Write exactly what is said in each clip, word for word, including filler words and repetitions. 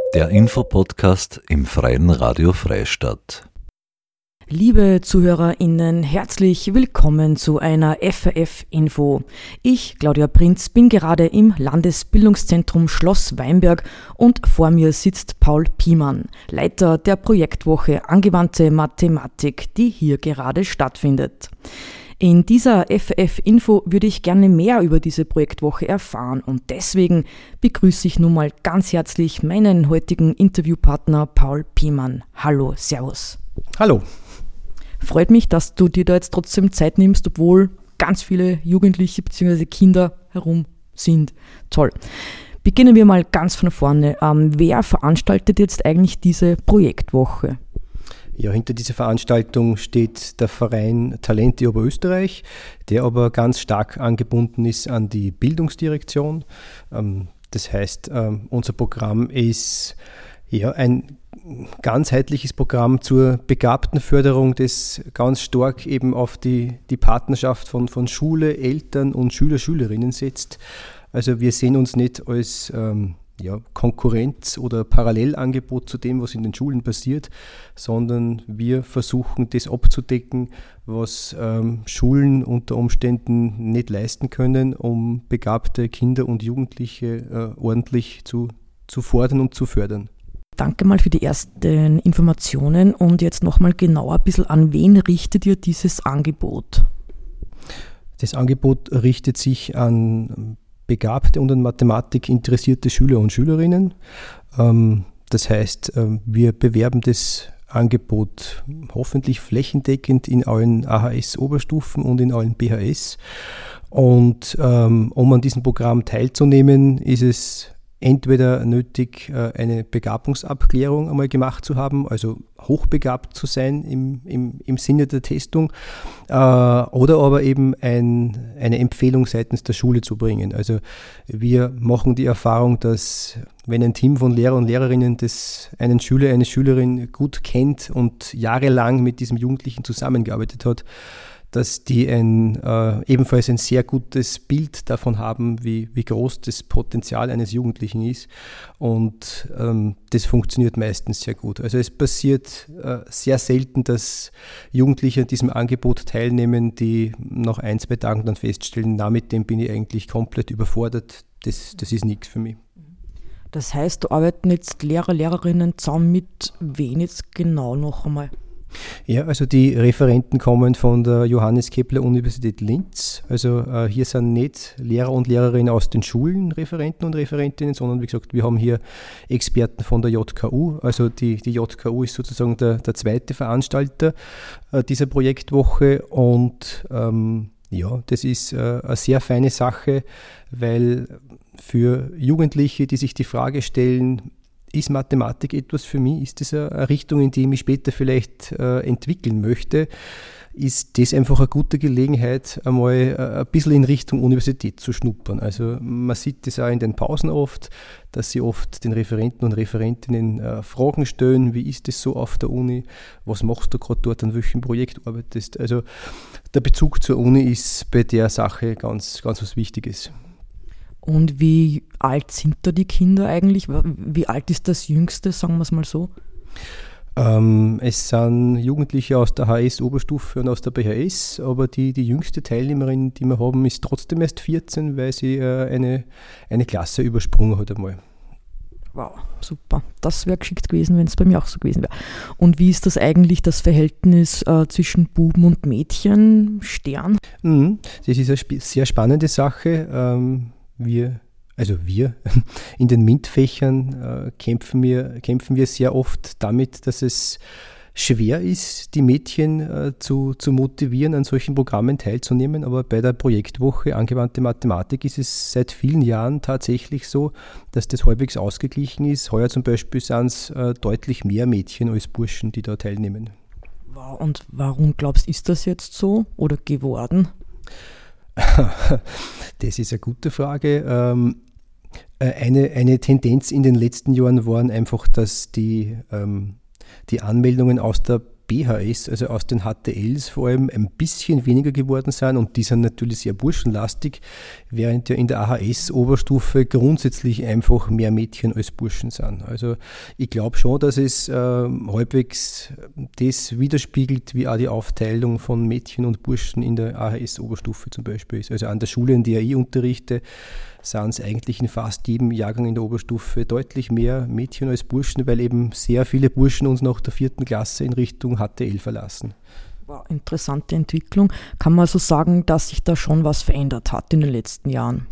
Der Infopodcast im Freien Radio Freistadt. Liebe ZuhörerInnen, herzlich willkommen zu einer F A F-Info. Ich, Claudia Prinz, bin gerade im Landesbildungszentrum Schloss Weinberg und vor mir sitzt Paul Piemann, Leiter der Projektwoche Angewandte Mathematik, die hier gerade stattfindet. In dieser F A F-Info würde ich gerne mehr über diese Projektwoche erfahren und deswegen begrüße ich nun mal ganz herzlich meinen heutigen Interviewpartner Paul Piemann. Hallo, servus. Hallo. Freut mich, dass du dir da jetzt trotzdem Zeit nimmst, obwohl ganz viele Jugendliche bzw. Kinder herum sind. Toll. Beginnen wir mal ganz von vorne. Ähm, wer veranstaltet jetzt eigentlich diese Projektwoche? Ja, hinter dieser Veranstaltung steht der Verein Talente Oberösterreich, der aber ganz stark angebunden ist an die Bildungsdirektion. Das heißt, unser Programm ist ja ein ganzheitliches Programm zur Begabtenförderung, das ganz stark eben auf die, die Partnerschaft von, von Schule, Eltern und Schüler, Schülerinnen setzt. Also wir sehen uns nicht als ähm, ja, Konkurrenz oder Parallelangebot zu dem, was in den Schulen passiert, sondern wir versuchen, das abzudecken, was ähm, Schulen unter Umständen nicht leisten können, um begabte Kinder und Jugendliche äh, ordentlich zu, zu fordern und zu fördern. Danke mal für die ersten Informationen und jetzt nochmal genauer ein bisschen, an wen richtet ihr dieses Angebot? Das Angebot richtet sich an begabte und an Mathematik interessierte Schüler und Schülerinnen. Das heißt, wir bewerben das Angebot hoffentlich flächendeckend in allen A H S-Oberstufen und in allen B H S. Und um an diesem Programm teilzunehmen, ist es entweder nötig, eine Begabungsabklärung einmal gemacht zu haben, also hochbegabt zu sein im, im, im Sinne der Testung, äh, oder aber eben ein, eine Empfehlung seitens der Schule zu bringen. Also wir machen die Erfahrung, dass wenn ein Team von Lehrer und Lehrerinnen das einen Schüler, eine Schülerin gut kennt und jahrelang mit diesem Jugendlichen zusammengearbeitet hat, dass die ein, äh, ebenfalls ein sehr gutes Bild davon haben, wie, wie groß das Potenzial eines Jugendlichen ist. Und ähm, das funktioniert meistens sehr gut. Also es passiert äh, sehr selten, dass Jugendliche an diesem Angebot teilnehmen, die nach ein, zwei Tagen dann feststellen, na, mit dem bin ich eigentlich komplett überfordert. Das, das ist nichts für mich. Das heißt, da arbeiten jetzt Lehrer, Lehrerinnen zusammen mit wen jetzt genau noch einmal? Ja, also die Referenten kommen von der Johannes Kepler Universität Linz. Also äh, hier sind nicht Lehrer und Lehrerinnen aus den Schulen Referenten und Referentinnen, sondern wie gesagt, wir haben hier Experten von der J K U. Also die, die J K U ist sozusagen der, der zweite Veranstalter äh, dieser Projektwoche und ähm, ja, das ist äh, eine sehr feine Sache, weil für Jugendliche, die sich die Frage stellen, ist Mathematik etwas für mich? Ist das eine Richtung, in die ich mich später vielleicht äh, entwickeln möchte? Ist das einfach eine gute Gelegenheit, einmal äh, ein bisschen in Richtung Universität zu schnuppern? Also man sieht das auch in den Pausen oft, dass sie oft den Referenten und Referentinnen äh, Fragen stellen, wie ist das so auf der Uni? Was machst du gerade dort, an welchem Projekt arbeitest? Also der Bezug zur Uni ist bei der Sache ganz, ganz was Wichtiges. Und wie alt sind da die Kinder eigentlich? Wie alt ist das Jüngste, sagen wir es mal so? Ähm, es sind Jugendliche aus der H S-Oberstufe und aus der B H S, aber die, die jüngste Teilnehmerin, die wir haben, ist trotzdem erst vierzehn, weil sie äh, eine, eine Klasse übersprungen hat einmal. Wow, super. Das wäre geschickt gewesen, wenn es bei mir auch so gewesen wäre. Und wie ist das eigentlich, das Verhältnis äh, zwischen Buben und Mädchen, Stern? Mhm, das ist eine sp- sehr spannende Sache. Ähm, Wir, also wir, in den MINT-Fächern äh, kämpfen, wir, kämpfen wir sehr oft damit, dass es schwer ist, die Mädchen äh, zu, zu motivieren, an solchen Programmen teilzunehmen. Aber bei der Projektwoche Angewandte Mathematik ist es seit vielen Jahren tatsächlich so, dass das halbwegs ausgeglichen ist. Heuer zum Beispiel sind es äh, deutlich mehr Mädchen als Burschen, die da teilnehmen. Wow, und warum glaubst du, ist das jetzt so oder geworden? Das ist eine gute Frage. Ähm, eine, eine Tendenz in den letzten Jahren waren einfach, dass die, ähm, die Anmeldungen aus der B H S, also aus den H T Ls vor allem, ein bisschen weniger geworden sind und die sind natürlich sehr burschenlastig, während ja in der A H S-Oberstufe grundsätzlich einfach mehr Mädchen als Burschen sind. Also ich glaube schon, dass es äh, halbwegs das widerspiegelt, wie auch die Aufteilung von Mädchen und Burschen in der A H S-Oberstufe zum Beispiel ist. Also an der Schule, in der ich unterrichte, sind es eigentlich in fast jedem Jahrgang in der Oberstufe deutlich mehr Mädchen als Burschen, weil eben sehr viele Burschen uns nach der vierten Klasse in Richtung H T L verlassen. Wow, interessante Entwicklung. Kann man so sagen, dass sich da schon was verändert hat in den letzten Jahren?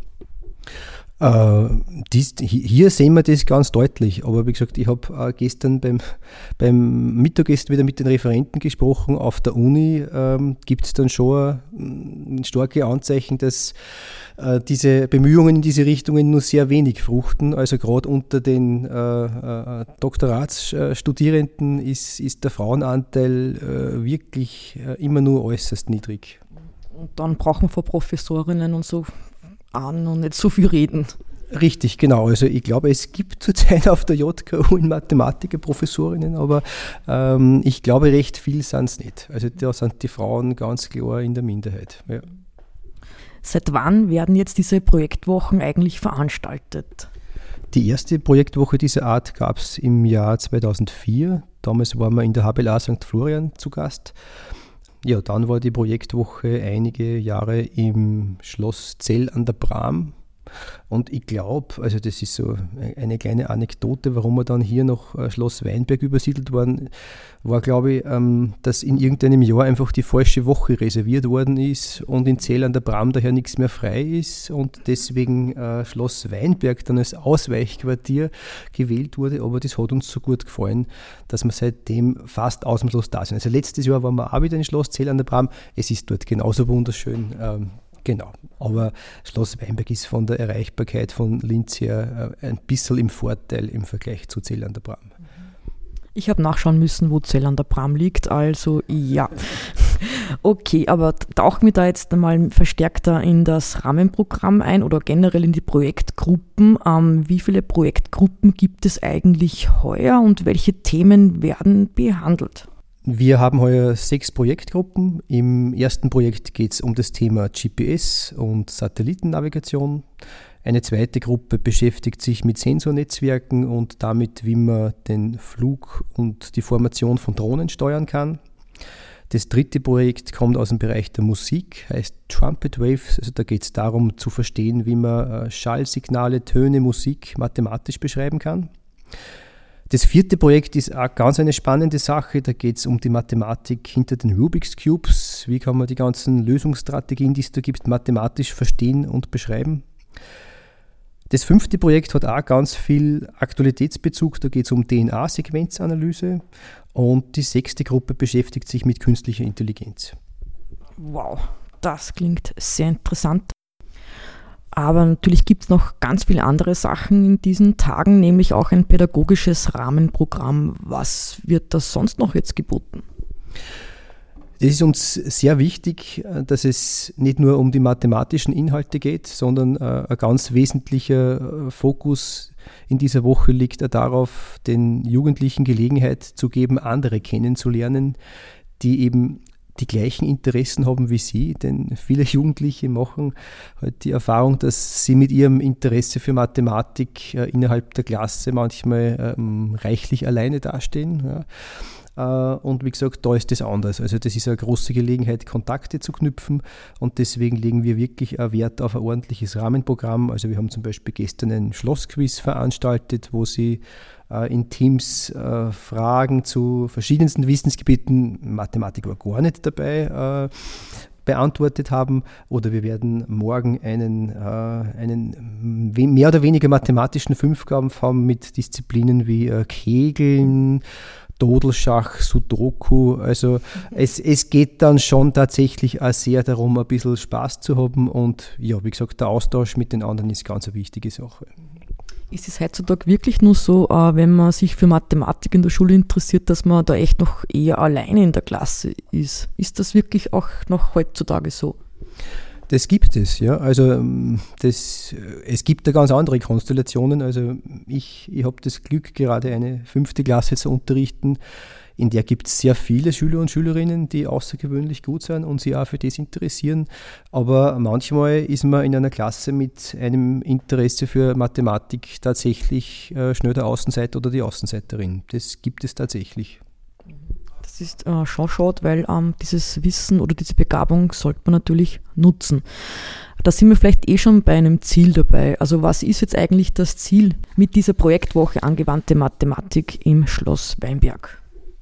Äh, dies, hier sehen wir das ganz deutlich, aber wie gesagt, ich habe äh, gestern beim, beim Mittagessen wieder mit den Referenten gesprochen. Auf der Uni ähm, gibt es dann schon ein, ein starke Anzeichen, dass äh, diese Bemühungen in diese Richtungen nur sehr wenig fruchten. Also gerade unter den äh, äh, Doktoratsstudierenden ist, ist der Frauenanteil äh, wirklich äh, immer nur äußerst niedrig. Und dann brauchen wir vor Professorinnen und so an und nicht so viel reden. Richtig, genau. Also ich glaube, es gibt zurzeit auf der J K U in Mathematik Professorinnen, aber ähm, ich glaube, recht viel sind es nicht. Also da sind die Frauen ganz klar in der Minderheit. Ja. Seit wann werden jetzt diese Projektwochen eigentlich veranstaltet? Die erste Projektwoche dieser Art gab es im Jahr zweitausendvier. Damals waren wir in der H B L A Sankt Florian zu Gast. Ja, dann war die Projektwoche einige Jahre im Schloss Zell an der Bram. Und ich glaube, also das ist so eine kleine Anekdote, warum wir dann hier nach Schloss Weinberg übersiedelt waren, war, glaube ich, dass in irgendeinem Jahr einfach die falsche Woche reserviert worden ist und in Zell an der Bram daher nichts mehr frei ist und deswegen äh, Schloss Weinberg dann als Ausweichquartier gewählt wurde. Aber das hat uns so gut gefallen, dass wir seitdem fast ausnahmslos da sind. Also letztes Jahr waren wir auch wieder in Schloss Zell an der Bram. Es ist dort genauso wunderschön. Ähm, Genau, aber Schloss Weinberg ist von der Erreichbarkeit von Linz her ein bisschen im Vorteil im Vergleich zu Zell an der Bram. Ich habe nachschauen müssen, wo Zell an der Bram liegt, also ja. Okay, aber tauchen wir da jetzt einmal verstärkter in das Rahmenprogramm ein oder generell in die Projektgruppen. Ähm, wie viele Projektgruppen gibt es eigentlich heuer und welche Themen werden behandelt? Wir haben heuer sechs Projektgruppen. Im ersten Projekt geht es um das Thema G P S und Satellitennavigation. Eine zweite Gruppe beschäftigt sich mit Sensornetzwerken und damit, wie man den Flug und die Formation von Drohnen steuern kann. Das dritte Projekt kommt aus dem Bereich der Musik, heißt Trumpet Waves. Also da geht es darum zu verstehen, wie man Schallsignale, Töne, Musik mathematisch beschreiben kann. Das vierte Projekt ist auch ganz eine spannende Sache. Da geht es um die Mathematik hinter den Rubik's Cubes. Wie kann man die ganzen Lösungsstrategien, die es da gibt, mathematisch verstehen und beschreiben? Das fünfte Projekt hat auch ganz viel Aktualitätsbezug. Da geht es um D N A-Sequenzanalyse. Und die sechste Gruppe beschäftigt sich mit künstlicher Intelligenz. Wow, das klingt sehr interessant. Aber natürlich gibt es noch ganz viele andere Sachen in diesen Tagen, nämlich auch ein pädagogisches Rahmenprogramm. Was wird da sonst noch jetzt geboten? Es ist uns sehr wichtig, dass es nicht nur um die mathematischen Inhalte geht, sondern ein ganz wesentlicher Fokus in dieser Woche liegt darauf, den Jugendlichen Gelegenheit zu geben, andere kennenzulernen, die eben die gleichen Interessen haben wie sie, denn viele Jugendliche machen halt die Erfahrung, dass sie mit ihrem Interesse für Mathematik äh, innerhalb der Klasse manchmal ähm, reichlich alleine dastehen. Ja. Äh, und wie gesagt, da ist das anders. Also das ist eine große Gelegenheit, Kontakte zu knüpfen und deswegen legen wir wirklich Wert auf ein ordentliches Rahmenprogramm. Also wir haben zum Beispiel gestern ein Schlossquiz veranstaltet, wo sie in Teams äh, Fragen zu verschiedensten Wissensgebieten, Mathematik war gar nicht dabei, äh, beantwortet haben. Oder wir werden morgen einen, äh, einen mehr oder weniger mathematischen Fünfkampf haben mit Disziplinen wie äh, Kegeln, Dodelschach, Sudoku. Also es, es geht dann schon tatsächlich auch sehr darum, ein bisschen Spaß zu haben. Und ja, wie gesagt, der Austausch mit den anderen ist ganz eine wichtige Sache. Ist es heutzutage wirklich nur so, wenn man sich für Mathematik in der Schule interessiert, dass man da echt noch eher alleine in der Klasse ist? Ist das wirklich auch noch heutzutage so? Das gibt es, ja. Also das, es gibt da ganz andere Konstellationen. Also ich, ich habe das Glück, gerade eine fünfte Klasse zu unterrichten, In der gibt es sehr viele Schüler und Schülerinnen, die außergewöhnlich gut sind und sich auch für das interessieren. Aber manchmal ist man in einer Klasse mit einem Interesse für Mathematik tatsächlich äh, schnell der Außenseiter oder die Außenseiterin. Das gibt es tatsächlich. Das ist äh, schon schade, weil ähm, dieses Wissen oder diese Begabung sollte man natürlich nutzen. Da sind wir vielleicht eh schon bei einem Ziel dabei. Also was ist jetzt eigentlich das Ziel mit dieser Projektwoche Angewandte Mathematik im Schloss Weinberg?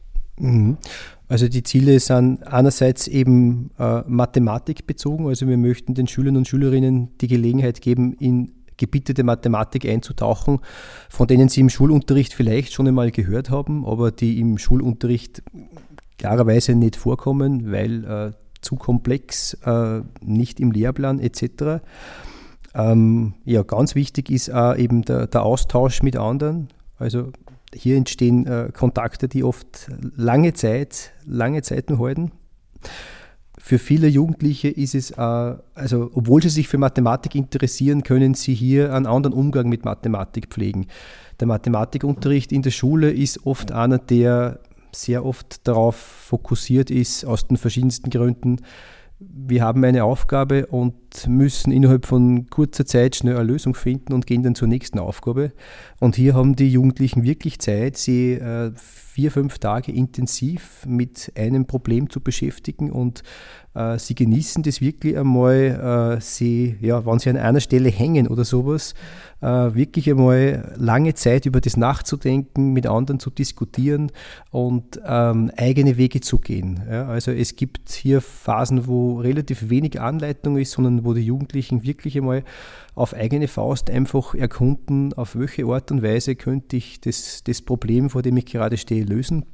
Also die Ziele sind einerseits eben äh, mathematikbezogen. Also wir möchten den Schülern und Schülerinnen die Gelegenheit geben, in Gebiete der Mathematik einzutauchen, von denen sie im Schulunterricht vielleicht schon einmal gehört haben, aber die im Schulunterricht klarerweise nicht vorkommen, weil äh, zu komplex, äh, nicht im Lehrplan et cetera. Ähm, ja, ganz wichtig ist auch eben der, der Austausch mit anderen. Also hier entstehen äh, Kontakte, die oft lange Zeit, lange Zeit nur halten. Für viele Jugendliche ist es, äh, also obwohl sie sich für Mathematik interessieren, können sie hier einen anderen Umgang mit Mathematik pflegen. Der Mathematikunterricht in der Schule ist oft einer, der sehr oft darauf fokussiert ist, aus den verschiedensten Gründen. Wir haben eine Aufgabe und müssen innerhalb von kurzer Zeit schnell eine Lösung finden und gehen dann zur nächsten Aufgabe. Und hier haben die Jugendlichen wirklich Zeit, sie äh, vier, fünf Tage intensiv mit einem Problem zu beschäftigen und äh, sie genießen das wirklich einmal, äh, sie, ja, wenn sie an einer Stelle hängen oder sowas, äh, wirklich einmal lange Zeit über das nachzudenken, mit anderen zu diskutieren und ähm, eigene Wege zu gehen. Ja, also es gibt hier Phasen, wo relativ wenig Anleitung ist, sondern wo die Jugendlichen wirklich einmal auf eigene Faust einfach erkunden, auf welche Art und Weise könnte ich das, das Problem, vor dem ich gerade stehe, lösen.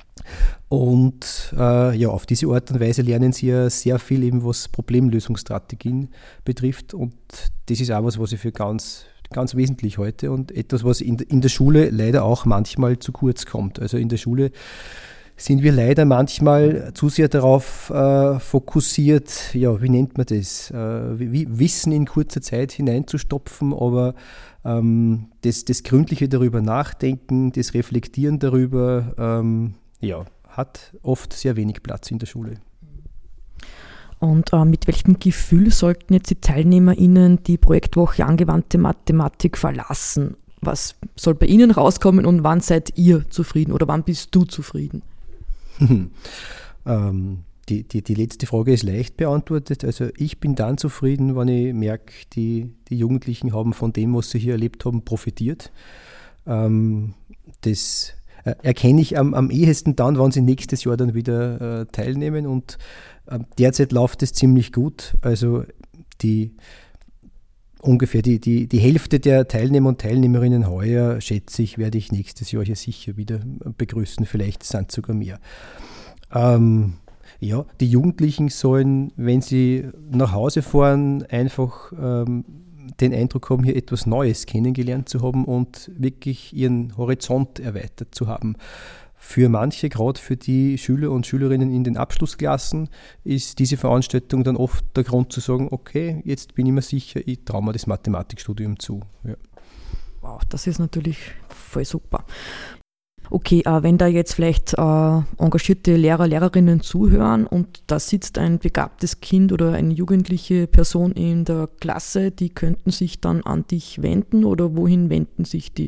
Und äh, ja, auf diese Art und Weise lernen sie ja sehr viel, eben was Problemlösungsstrategien betrifft. Und das ist auch was, was ich für ganz, ganz wesentlich halte und etwas, was in, in der Schule leider auch manchmal zu kurz kommt. Also in der Schule sind wir leider manchmal zu sehr darauf äh, fokussiert, ja, wie nennt man das, äh, wie, Wissen in kurzer Zeit hineinzustopfen, aber ähm, das, das gründliche darüber nachdenken, das Reflektieren darüber, ähm, ja, hat oft sehr wenig Platz in der Schule. Und äh, mit welchem Gefühl sollten jetzt die TeilnehmerInnen die Projektwoche Angewandte Mathematik verlassen? Was soll bei Ihnen rauskommen und wann seid ihr zufrieden oder wann bist du zufrieden? ähm, die, die, die letzte Frage ist leicht beantwortet. Also ich bin dann zufrieden, wenn ich merke, die, die Jugendlichen haben von dem, was sie hier erlebt haben, profitiert. Ähm, das äh, erkenne ich am, am ehesten dann, wenn sie nächstes Jahr dann wieder äh, teilnehmen und äh, derzeit läuft es ziemlich gut. Also die ungefähr die, die, die Hälfte der Teilnehmer und Teilnehmerinnen heuer, schätze ich, werde ich nächstes Jahr hier sicher wieder begrüßen. Vielleicht sind es sogar mehr. Ähm, ja, die Jugendlichen sollen, wenn sie nach Hause fahren, einfach ähm, den Eindruck haben, hier etwas Neues kennengelernt zu haben und wirklich ihren Horizont erweitert zu haben. Für manche, gerade für die Schüler und Schülerinnen in den Abschlussklassen, ist diese Veranstaltung dann oft der Grund zu sagen, okay, jetzt bin ich mir sicher, ich traue mir das Mathematikstudium zu. Ja. Wow, das ist natürlich voll super. Okay, äh, wenn da jetzt vielleicht äh, engagierte Lehrer, Lehrerinnen zuhören und da sitzt ein begabtes Kind oder eine jugendliche Person in der Klasse, die könnten sich dann an dich wenden oder wohin wenden sich die?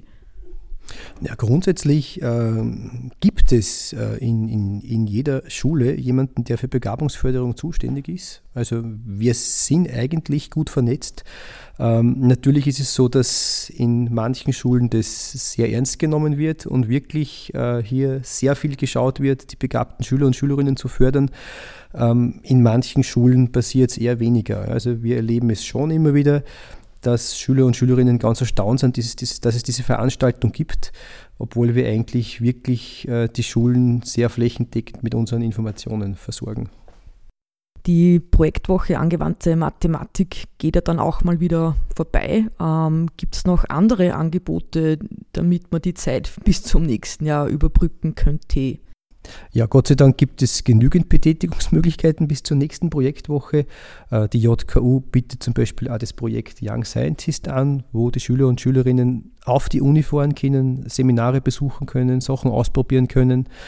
Ja, grundsätzlich äh, gibt es äh, in, in, in jeder Schule jemanden, der für Begabungsförderung zuständig ist. Also wir sind eigentlich gut vernetzt. Ähm, natürlich ist es so, dass in manchen Schulen das sehr ernst genommen wird und wirklich äh, hier sehr viel geschaut wird, die begabten Schüler und Schülerinnen zu fördern. Ähm, in manchen Schulen passiert es eher weniger. Also wir erleben es schon immer wieder, dass Schüler und Schülerinnen ganz erstaunt sind, dass es diese Veranstaltung gibt, obwohl wir eigentlich wirklich die Schulen sehr flächendeckend mit unseren Informationen versorgen. Die Projektwoche Angewandte Mathematik geht ja dann auch mal wieder vorbei. Ähm, gibt es noch andere Angebote, damit man die Zeit bis zum nächsten Jahr überbrücken könnte? Ja, Gott sei Dank gibt es genügend Betätigungsmöglichkeiten bis zur nächsten Projektwoche. Die J K U bietet zum Beispiel auch das Projekt Young Scientist an, wo die Schüler und Schülerinnen auf die Uni fahren können, Seminare besuchen können, Sachen ausprobieren können.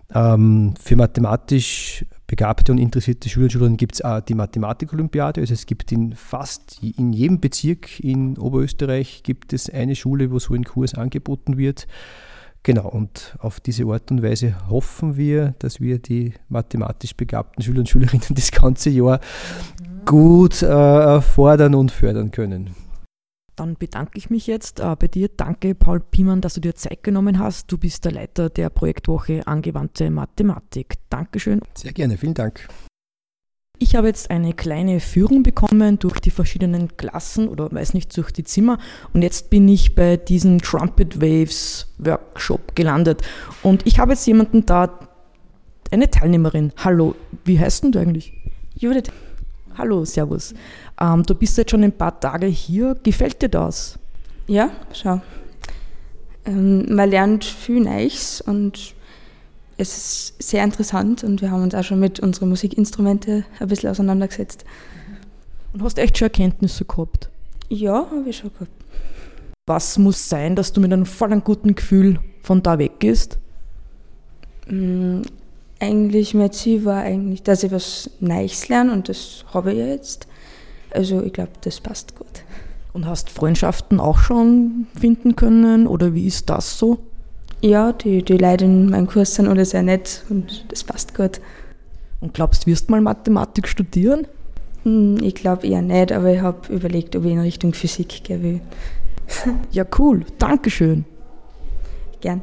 Ähm, für mathematisch begabte und interessierte Schüler und Schülerinnen gibt es auch die Mathematik-Olympiade. Also es gibt in fast in jedem Bezirk in Oberösterreich gibt es eine Schule, wo so ein Kurs angeboten wird. Genau, und auf diese Art und Weise hoffen wir, dass wir die mathematisch begabten Schüler und Schülerinnen das ganze Jahr gut äh, fordern und fördern können. Dann bedanke ich mich jetzt äh, bei dir. Danke, Paul Piemann, dass du dir Zeit genommen hast. Du bist der Leiter der Projektwoche Angewandte Mathematik. Dankeschön. Sehr gerne, vielen Dank. Ich habe jetzt eine kleine Führung bekommen durch die verschiedenen Klassen oder weiß nicht, durch die Zimmer. Und jetzt bin ich bei diesem Trumpet Waves Workshop gelandet. Und ich habe jetzt jemanden da, eine Teilnehmerin. Hallo, wie heißt denn du eigentlich? Judith. Hallo, servus. Ähm, du bist jetzt schon ein paar Tage hier. Gefällt dir das? Ja, schau. Ähm, man lernt viel Neues und es ist sehr interessant und wir haben uns auch schon mit unseren Musikinstrumenten ein bisschen auseinandergesetzt. Und hast echt schon Erkenntnisse gehabt? Ja, habe ich schon gehabt. Was muss sein, dass du mit einem vollen guten Gefühl von da weggehst? Ähm, eigentlich, mein Ziel war eigentlich, dass ich was Neues lerne und das habe ich ja jetzt. Also ich glaube, das passt gut. Und hast Freundschaften auch schon finden können oder wie ist das so? Ja, die, die Leute in meinem Kurs sind alle sehr nett und das passt gut. Und glaubst du, wirst mal Mathematik studieren? Hm, ich glaube eher nicht, aber ich habe überlegt, ob ich in Richtung Physik gehen will. Ja, cool. Dankeschön. Gern.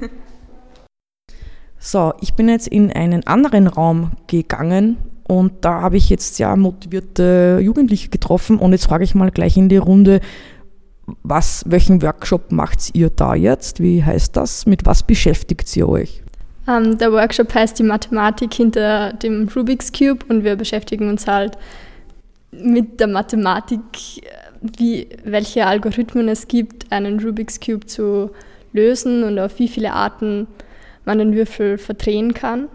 So, ich bin jetzt in einen anderen Raum gegangen und da habe ich jetzt sehr motivierte Jugendliche getroffen und jetzt frage ich mal gleich in die Runde, was, welchen Workshop macht ihr da jetzt? Wie heißt das? Mit was beschäftigt ihr euch? Um, der Workshop heißt die Mathematik hinter dem Rubik's Cube und wir beschäftigen uns halt mit der Mathematik, wie, welche Algorithmen es gibt, einen Rubik's Cube zu lösen und auf wie viele Arten man den Würfel verdrehen kann.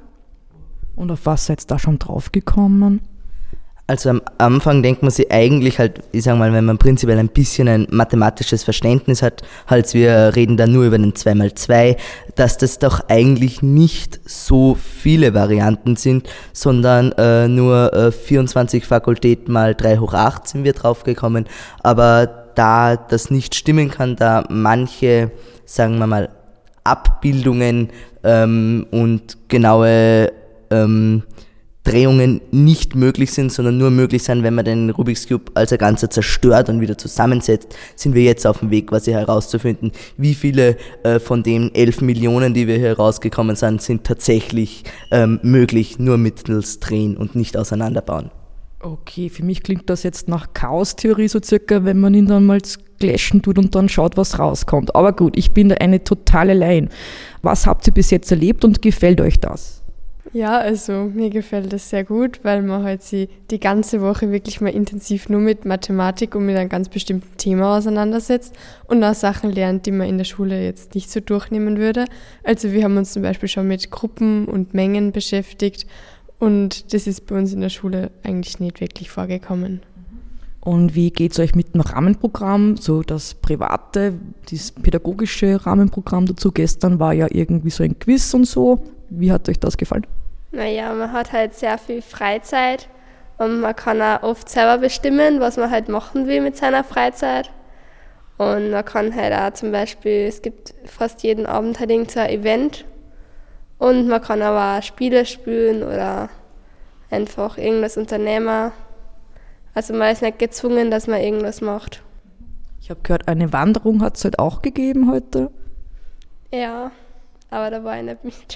Und auf was seid ihr da schon draufgekommen? Also am Anfang denkt man sich eigentlich halt, ich sag mal, wenn man prinzipiell ein bisschen ein mathematisches Verständnis hat, halt wir reden da nur über den zwei mal zwei, dass das doch eigentlich nicht so viele Varianten sind, sondern äh, nur äh, vierundzwanzig Fakultät mal drei hoch acht sind wir draufgekommen. Aber da das nicht stimmen kann, da manche, sagen wir mal, Abbildungen ähm, und genaue ähm, Drehungen nicht möglich sind, sondern nur möglich sind, wenn man den Rubik's Cube als ein Ganzer zerstört und wieder zusammensetzt, sind wir jetzt auf dem Weg, quasi herauszufinden, wie viele äh, von den elf Millionen, die wir hier rausgekommen sind, sind tatsächlich ähm, möglich, nur mittels Drehen und nicht auseinanderbauen. Okay, für mich klingt das jetzt nach Chaostheorie so circa, wenn man ihn dann mal clashen tut und dann schaut, was rauskommt. Aber gut, ich bin da eine totale Laien. Was habt ihr bis jetzt erlebt und gefällt euch das? Ja, also mir gefällt das sehr gut, weil man halt sich die ganze Woche wirklich mal intensiv nur mit Mathematik und mit einem ganz bestimmten Thema auseinandersetzt und auch Sachen lernt, die man in der Schule jetzt nicht so durchnehmen würde. Also wir haben uns zum Beispiel schon mit Gruppen und Mengen beschäftigt und das ist bei uns in der Schule eigentlich nicht wirklich vorgekommen. Und wie geht es euch mit dem Rahmenprogramm, so das private, das pädagogische Rahmenprogramm dazu? Gestern war ja irgendwie so ein Quiz und so. Wie hat euch das gefallen? Naja, man hat halt sehr viel Freizeit und man kann auch oft selber bestimmen, was man halt machen will mit seiner Freizeit. Und man kann halt auch zum Beispiel, es gibt fast jeden Abend halt irgend so ein Event und man kann aber auch Spiele spielen oder einfach irgendwas unternehmen. Also man ist nicht gezwungen, dass man irgendwas macht. Ich habe gehört, eine Wanderung hat es halt auch gegeben heute. Ja, aber da war ich nicht mit.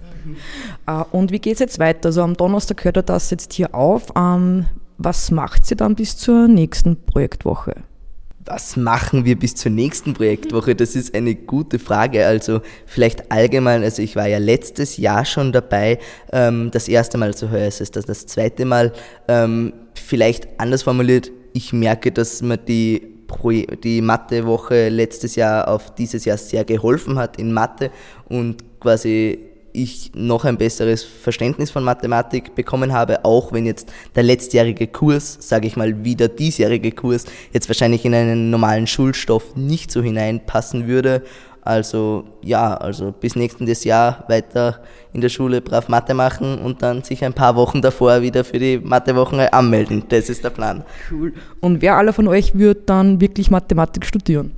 Uh, und wie geht es jetzt weiter? Also am Donnerstag hört er das jetzt hier auf. Um, was macht ihr dann bis zur nächsten Projektwoche? Was machen wir bis zur nächsten Projektwoche? Das ist eine gute Frage. Also vielleicht allgemein, also ich war ja letztes Jahr schon dabei, ähm, das erste Mal, so heuer ist es das, das zweite Mal, ähm, vielleicht anders formuliert, ich merke, dass mir die, Pro- die Mathe-Woche letztes Jahr auf dieses Jahr sehr geholfen hat in Mathe und quasi ich noch ein besseres Verständnis von Mathematik bekommen habe, auch wenn jetzt der letztjährige Kurs, sage ich mal, wie der diesjährige Kurs, jetzt wahrscheinlich in einen normalen Schulstoff nicht so hineinpassen würde. Also ja, also bis nächstes Jahr weiter in der Schule brav Mathe machen und dann sich ein paar Wochen davor wieder für die Mathewoche anmelden. Das ist der Plan. Cool. Und wer aller von euch wird dann wirklich Mathematik studieren?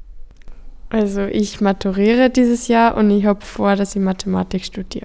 Also ich maturiere dieses Jahr und ich habe vor, dass ich Mathematik studiere.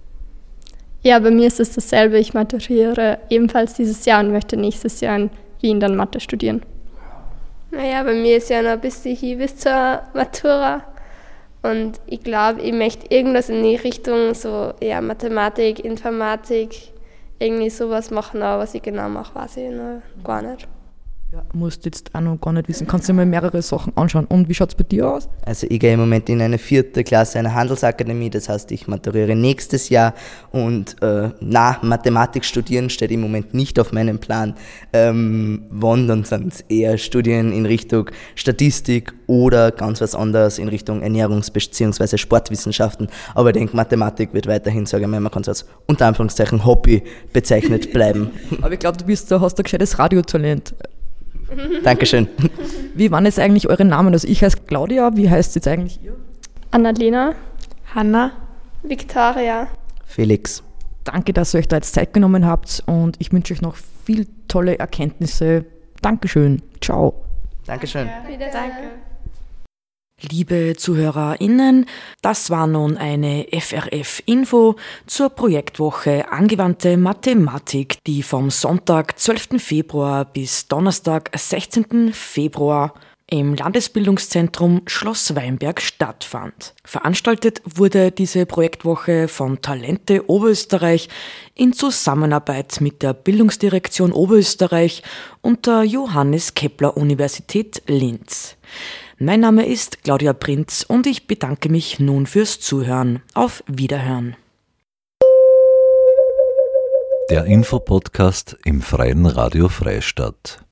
Ja, bei mir ist es dasselbe. Ich maturiere ebenfalls dieses Jahr und möchte nächstes Jahr in Wien dann Mathe studieren. Naja, bei mir ist ja noch ein bisschen hin bis zur Matura. Und ich glaube, ich möchte irgendwas in die Richtung, so ja, Mathematik, Informatik, irgendwie sowas machen, aber was ich genau mache, weiß ich noch gar nicht. Ja, musst jetzt auch noch gar nicht wissen. Kannst dir mal mehrere Sachen anschauen. Und wie schaut es bei dir aus? Also ich gehe im Moment in eine vierte Klasse einer Handelsakademie, das heißt, ich maturiere nächstes Jahr und äh, na, Mathematik studieren steht im Moment nicht auf meinem Plan. Ähm, wann, dann sind es eher Studien in Richtung Statistik oder ganz was anderes in Richtung Ernährungs- bzw. Sportwissenschaften. Aber ich denke, Mathematik wird weiterhin, sage ich mal, man kann es als unter Anführungszeichen Hobby bezeichnet bleiben. Aber ich glaube, du bist, da hast ein gescheites Radiotalent. Dankeschön. Wie waren jetzt eigentlich eure Namen? Also ich heiße Claudia, wie heißt jetzt eigentlich ihr? Annalena. Hanna. Victoria. Felix. Danke, dass ihr euch da jetzt Zeit genommen habt und ich wünsche euch noch viel tolle Erkenntnisse. Dankeschön. Ciao. Dankeschön. Danke. Liebe ZuhörerInnen, das war nun eine F R F-Info zur Projektwoche Angewandte Mathematik, die vom Sonntag, zwölften Februar bis Donnerstag, sechzehnten Februar im Landesbildungszentrum Schloss Weinberg stattfand. Veranstaltet wurde diese Projektwoche von Talente Oberösterreich in Zusammenarbeit mit der Bildungsdirektion Oberösterreich und der Johannes Kepler Universität Linz. Mein Name ist Claudia Prinz und ich bedanke mich nun fürs Zuhören. Auf Wiederhören. Der Infopodcast im Freien Radio Freistadt.